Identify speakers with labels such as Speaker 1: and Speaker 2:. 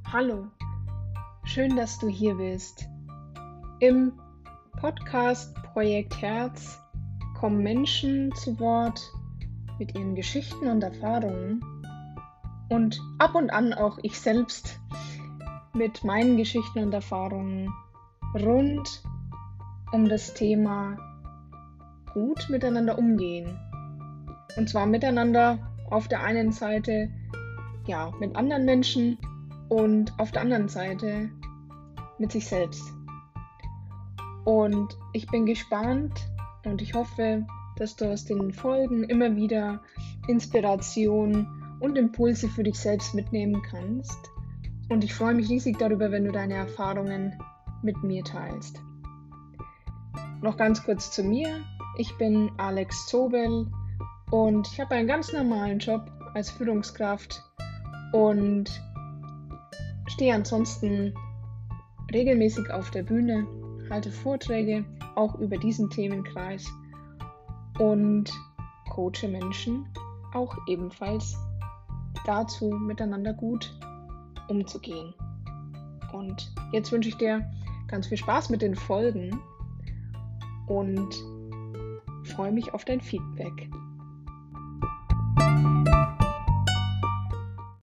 Speaker 1: Hallo, schön, dass du hier bist. Im Podcast Projekt Herz kommen Menschen zu Wort mit ihren Geschichten und Erfahrungen und ab und an auch ich selbst mit meinen Geschichten und Erfahrungen rund um das Thema gut miteinander umgehen. Und zwar miteinander auf der einen Seite mit anderen Menschen und auf der anderen Seite mit sich selbst. Und ich bin gespannt und ich hoffe, dass du aus den Folgen immer wieder Inspiration und Impulse für dich selbst mitnehmen kannst. Und ich freue mich riesig darüber, wenn du deine Erfahrungen mit mir teilst. Noch ganz kurz zu mir. Ich bin Alex Zobel und ich habe einen ganz normalen Job als Führungskraft und stehe ansonsten regelmäßig auf der Bühne, halte Vorträge auch über diesen Themenkreis und coache Menschen auch ebenfalls dazu, miteinander gut umzugehen. Und jetzt wünsche ich dir ganz viel Spaß mit den Folgen und freue mich auf dein Feedback.